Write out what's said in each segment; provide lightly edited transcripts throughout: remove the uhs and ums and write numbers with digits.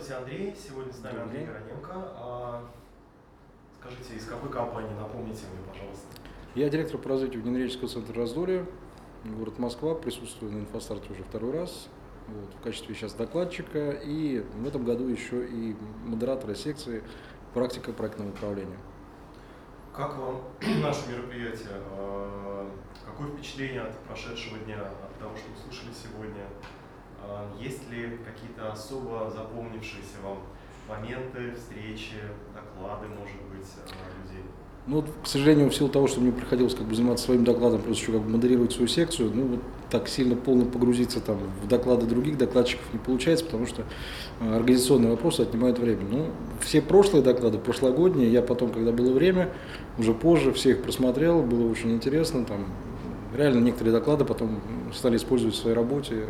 Здравствуйте, Андрей. Сегодня с нами Андрей Мироненко. Скажите, из какой компании, напомните мне, пожалуйста. Я директор по развитию генерического центра «Раздолье», город Москва, присутствую на инфостарте уже второй раз, в качестве сейчас докладчика, и в этом году еще и модератора секции «Практика проектного управления». Как вам наше мероприятие? Какое впечатление от прошедшего дня, от того, что услышали сегодня? Есть ли какие-то особо запомнившиеся вам моменты, встречи, доклады, может быть, людей? Ну, к сожалению, в силу того, что мне приходилось заниматься своим докладом, плюс еще модерировать свою секцию, так сильно полно погрузиться в доклады других докладчиков не получается, потому что организационные вопросы отнимают время. Все прошлые доклады, прошлогодние, я потом, когда было время, уже позже все их просмотрел, было очень интересно. Реально некоторые доклады потом стали использовать в своей работе,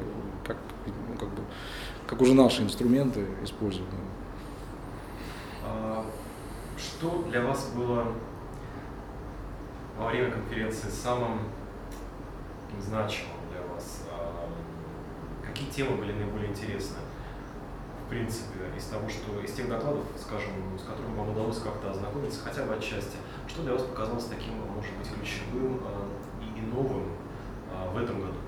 как уже наши инструменты используют. Что для вас было во время конференции самым значимым для вас? Какие темы были наиболее интересны, в принципе, из тех докладов, скажем, с которыми вам удалось как-то ознакомиться, хотя бы отчасти? Что для вас показалось таким, может быть, ключевым и новым в этом году?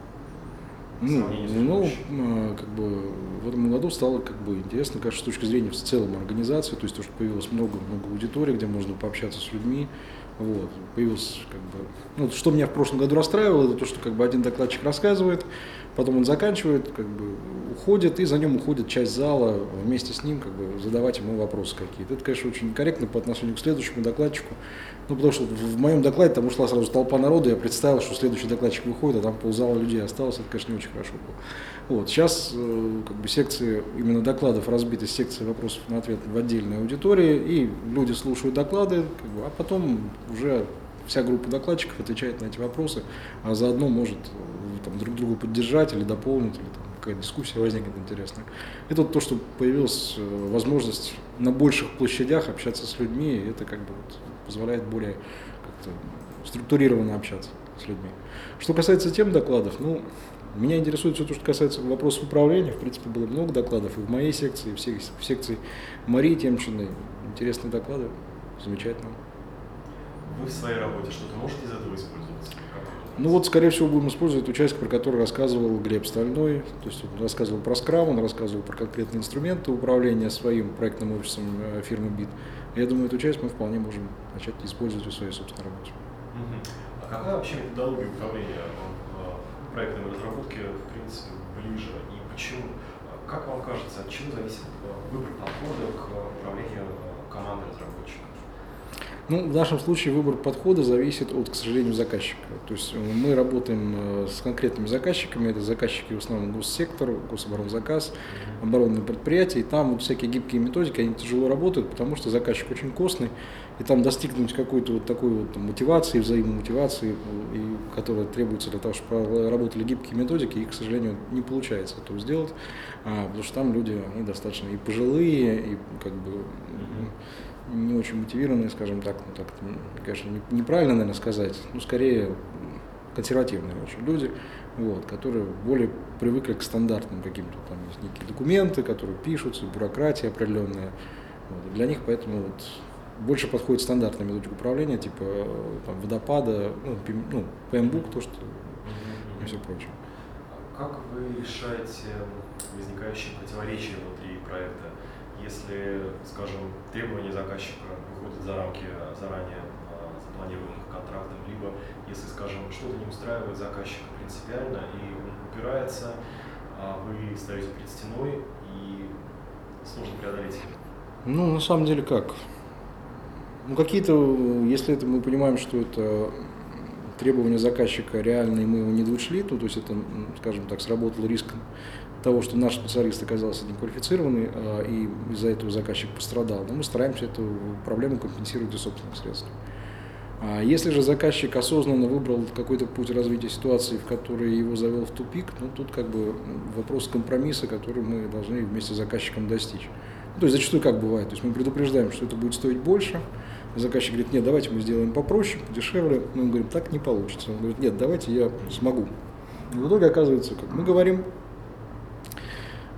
В этом году стало интересно, конечно, с точки зрения в целом организации, то есть то, что появилось много аудиторий, где можно пообщаться с людьми. Появилось, что меня в прошлом году расстраивало, это то, что один докладчик рассказывает, потом он заканчивает, уходит, и за ним уходит часть зала вместе с ним, задавать ему вопросы какие-то. Это, конечно, очень некорректно по отношению к следующему докладчику, потому что в моем докладе там ушла сразу толпа народу, я представил, что следующий докладчик выходит, а там ползала людей осталось, это, конечно, не очень хорошо было. Сейчас секции именно докладов разбиты, секции вопросов на ответ в отдельной аудитории, и люди слушают доклады, а потом уже вся группа докладчиков отвечает на эти вопросы, а заодно может друг друга поддержать или дополнить, или какая-то дискуссия возникнет интересная. Это то, что появилась возможность на больших площадях общаться с людьми, и это позволяет более структурированно общаться с людьми. Что касается тем докладов, меня интересует все то, что касается вопросов управления. В принципе, было много докладов и в моей секции, и в секции Марии Темчиной. Интересные доклады, замечательно. Вы в своей работе что-то можете из этого использовать? Скорее всего, будем использовать участок, про который рассказывал Глеб Стальной. То есть он рассказывал про Scrum, он рассказывал про конкретные инструменты управления своим проектным офисом фирмы BIT. Я думаю, эту часть мы вполне можем начать использовать в своей собственной работе. А какая вообще методология управления проектной разработки, в принципе, ближе и почему? Как вам кажется, от чего зависит выбор подхода к управлению командой разработчиков? В нашем случае выбор подхода зависит от, к сожалению, заказчика. То есть мы работаем с конкретными заказчиками, это заказчики в основном госсектор, гособоронзаказ, оборонные предприятия, и там всякие гибкие методики, они тяжело работают, потому что заказчик очень костный, и там достигнуть какой-то такой мотивации, взаимомотивации, которая требуется для того, чтобы работали гибкие методики, и, к сожалению, не получается этого сделать, потому что там люди, они достаточно и пожилые, и не очень мотивированные, скажем так, конечно, неправильно, наверное, сказать, скорее консервативные очень люди, которые более привыкли к стандартным каким-то, есть некие документы, которые пишутся, бюрократия определенная. Для них поэтому больше подходит стандартная методика управления, типа водопада, PMBOK, то, что и все прочее. Как вы решаете возникающие противоречия внутри проекта? Если, скажем, требования заказчика выходят за рамки заранее запланированных контрактом, либо если, скажем, что-то не устраивает заказчика принципиально, и он упирается, вы стоите перед стеной, и сложно преодолеть это. На самом деле как? Какие-то, если мы понимаем, что это требования заказчика реальные, мы его не доучли, то есть это, скажем так, сработал риск того, что наш специалист оказался неквалифицированный, и из-за этого заказчик пострадал. Но мы стараемся эту проблему компенсировать из собственных средств. Если же заказчик осознанно выбрал какой-то путь развития ситуации, в который его завел в тупик, тут вопрос компромисса, который мы должны вместе с заказчиком достичь. То есть зачастую как бывает, то есть мы предупреждаем, что это будет стоить больше, заказчик говорит, нет, давайте мы сделаем попроще, подешевле, мы говорим, так не получится. Он говорит, нет, давайте я смогу. И в итоге оказывается, как мы говорим,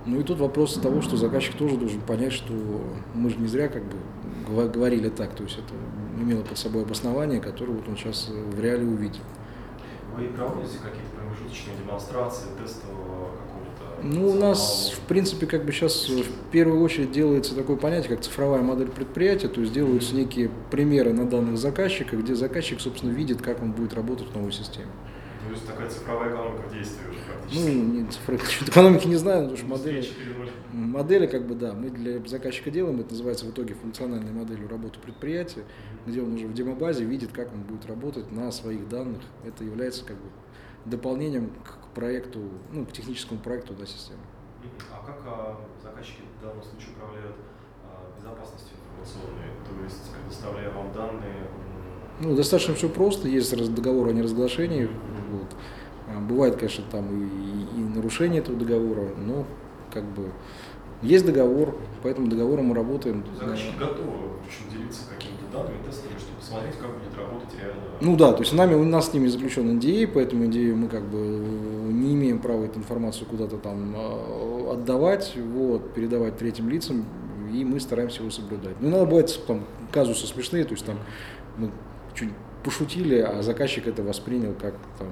Ну и тут вопрос того, что заказчик тоже должен понять, что мы же не зря как бы говорили так, то есть это имело под собой обоснование, которое вот он сейчас в реале увидел. Вы проводите какие-то промежуточные демонстрации, тестового какого-то? Ну, у нас, в принципе, как бы сейчас в первую очередь делается такое понятие, как цифровая модель предприятия, то есть делаются некие примеры на данных заказчика, где заказчик, собственно, видит, как он будет работать в новой системе. То есть такая цифровая экономика в действии уже практически. Ну, не цифровой экономики не знаю, потому что модели, как бы, да, мы для заказчика делаем, это называется в итоге функциональной моделью работы предприятия, где он уже в демобазе видит, как он будет работать на своих данных. Это является как бы дополнением к проекту, ну, к техническому проекту на систему. А как заказчики в данном случае управляют безопасностью информационной, то есть предоставляя вам данные? Ну, достаточно все просто, есть договор о неразглашении. Вот. Бывает, конечно, там и нарушение этого договора, но как бы есть договор, по этому договору мы работаем. Заказчики готовы в общем, делиться какими-то данными, тестами, чтобы посмотреть, как будет работать реально. Ну да, то есть у нас с ними заключен NDA, поэтому NDA мы как бы не имеем права эту информацию куда-то там отдавать, вот, передавать третьим лицам, и мы стараемся его соблюдать. Ну, иногда бывает там казусы смешные, то есть там мы чуть пошутили, а заказчик это воспринял как там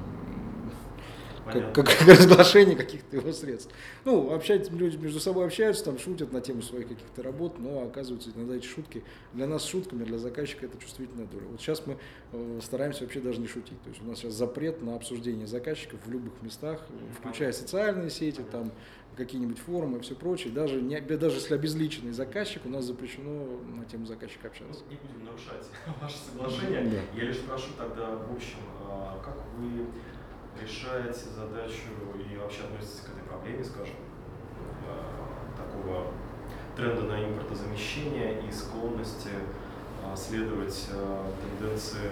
как разглашение каких-то его средств. Ну, люди между собой общаются, там шутят на тему своих каких-то работ, но оказывается, иногда эти шутки для нас шутками, для заказчика это чувствительная доля. Вот сейчас мы стараемся вообще даже не шутить. То есть у нас сейчас запрет на обсуждение заказчиков в любых местах, включая социальные сети, там какие-нибудь форумы и все прочее. Даже если обезличенный заказчик, у нас запрещено на тему заказчика общаться. Ну, не будем нарушать ваше соглашение. Да. Я лишь спрошу тогда в общем, как вы решаете задачу и вообще относитесь к этой проблеме, скажем, такого тренда на импортозамещение и склонности следовать тенденции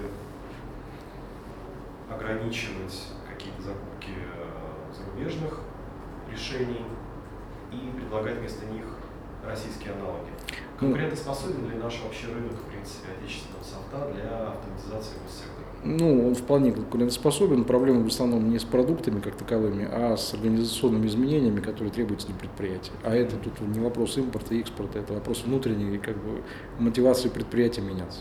ограничивать какие-то закупки зарубежных решений и предлагать вместо них российские аналоги. Конкурентоспособен ли наш вообще рынок, в принципе, отечественного софта для автоматизации госсектора? Ну, он вполне конкурентоспособен. Проблема в основном не с продуктами как таковыми, а с организационными изменениями, которые требуются для предприятия. А это тут не вопрос импорта и экспорта, это вопрос внутренней как бы, мотивации предприятия меняться.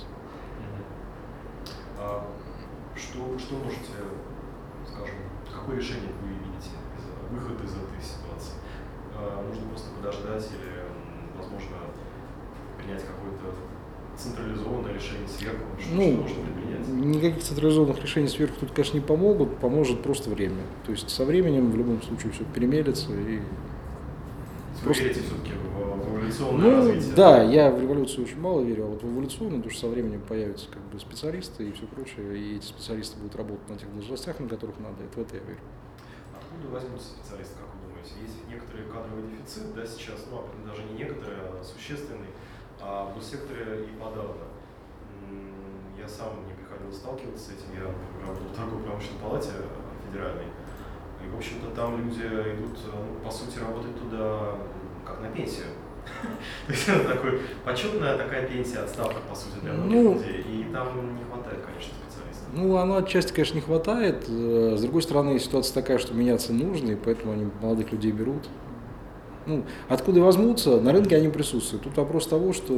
Что можете, скажем, какое решение вы видите, выход из этой ситуации? Нужно просто подождать или, возможно, принять какое-то централизованное решение сверху? Что можно предпринять? Никаких централизованных решений сверху тут, конечно, не помогут, поможет просто время. То есть со временем в любом случае все перемелится и... Вы верите все-таки в эволюционное развитие? Да, я в революцию очень мало верю, а вот в эволюционную, потому что со временем появятся как бы специалисты и все прочее, и эти специалисты будут работать на тех должностях, на которых надо, в это я верю. Откуда возьмутся специалисты, как вы думаете? Есть некоторый кадровый дефицит, да, сейчас, ну, даже не некоторый, а существенный, а в госсекторе и подавно. Я сам не приходилось сталкиваться с этим, я работал в торгово-промышленной палате федеральной, и, в общем-то, там люди идут, ну, по сути, работать туда как на пенсию. То есть это почетная такая пенсия, отставка, по сути, для многих людей, и там не хватает, конечно, специалистов. Ну, оно отчасти, конечно, не хватает. С другой стороны, ситуация такая, что меняться нужно, и поэтому они молодых людей берут. Ну, откуда возьмутся, на рынке они присутствуют. Тут вопрос того, что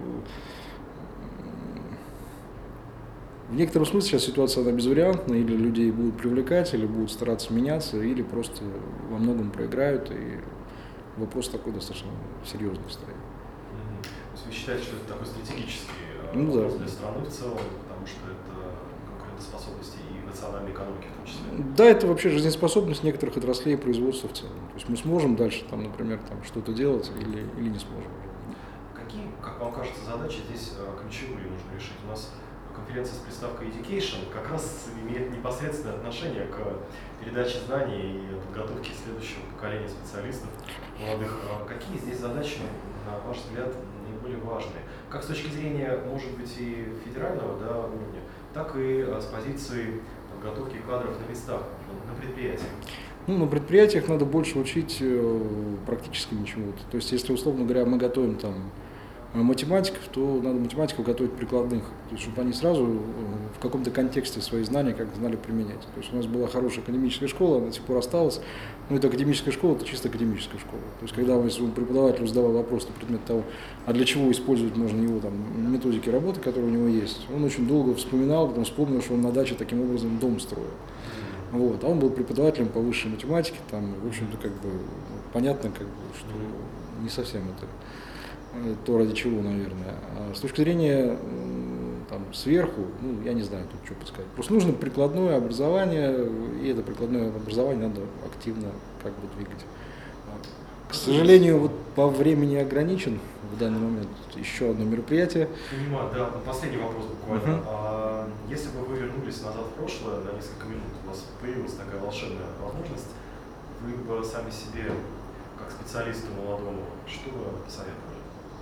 в некотором смысле сейчас ситуация она безвариантная, или людей будут привлекать, или будут стараться меняться, или просто во многом проиграют, и вопрос такой достаточно серьезный стоит. То есть вы считаете, что это такой стратегический вопрос для страны в целом, потому что это конкурентоспособности и национальной экономики в том числе? Да, это вообще жизнеспособность некоторых отраслей производства в целом. То есть мы сможем дальше, там, например, что-то делать или не сможем. Какие, как вам кажется, задачи здесь ключевые нужно решить? У нас конференция с приставкой Education как раз имеет непосредственное отношение к передаче знаний и подготовке следующего поколения специалистов молодых. Какие здесь задачи, на ваш взгляд, наиболее важные? Как с точки зрения, может быть, и федерального уровня, так и с позиции подготовки кадров на местах, на предприятиях? Ну, на предприятиях надо больше учить практически чему-то. То есть, если, условно говоря, мы готовим там математиков, то надо математиков готовить прикладных, то есть, чтобы они сразу в каком-то контексте свои знания как знали применять. То есть у нас была хорошая академическая школа, она до сих пор осталась, но это академическая школа, это чисто академическая школа. То есть когда если преподавателю задавал вопрос на предмет того, а для чего использовать можно его там, методики работы, которые у него есть, он очень долго вспоминал, потом вспомнил, что он на даче таким образом дом строил. Вот. А он был преподавателем по высшей математике, там, в общем-то, как бы, понятно, как бы, что не совсем это то, ради чего, наверное. А с точки зрения там, сверху, ну, я не знаю, тут что подсказать. Просто нужно прикладное образование, и это прикладное образование надо активно как бы двигать. К сожалению, вот по времени ограничен в данный момент еще одно мероприятие. Понимаю, да, последний вопрос буквально. Если бы вы вернулись назад в прошлое на несколько минут, у вас появилась такая волшебная возможность, вы бы сами себе, как специалисту молодому, что бы посоветовали?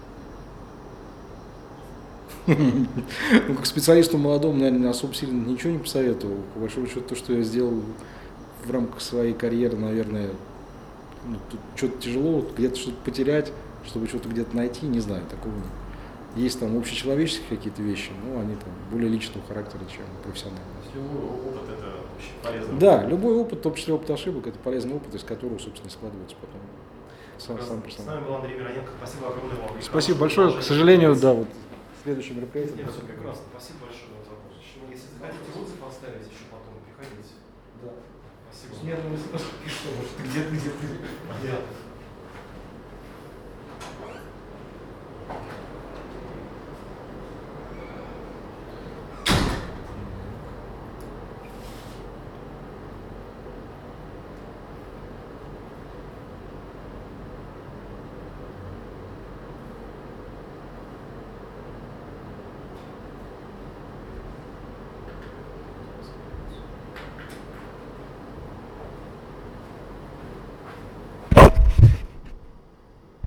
Ну, как специалисту молодому, наверное, особо сильно ничего не посоветовал. По большому счету, то, что я сделал в рамках своей карьеры, наверное, ну, тут что-то тяжело, где-то что-то потерять, чтобы что-то где-то найти, не знаю, такого нет. Есть там общечеловеческие какие-то вещи, но они там более личного характера, чем профессиональные. Любой опыт – это очень полезно. Да, любой опыт, в том числе опыт ошибок, это полезный опыт, из которого, собственно, складывается потом сам С нами был Андрей Мироненко. Спасибо огромное вам. Спасибо большое. К сожалению, да, вот следующее мероприятие. Нет, все прекрасно. Спасибо большое за помощь. Ну, если хотите отзыв оставить еще потом, приходите. Да. Спасибо. Смертный, что, может, где-то. Понятно.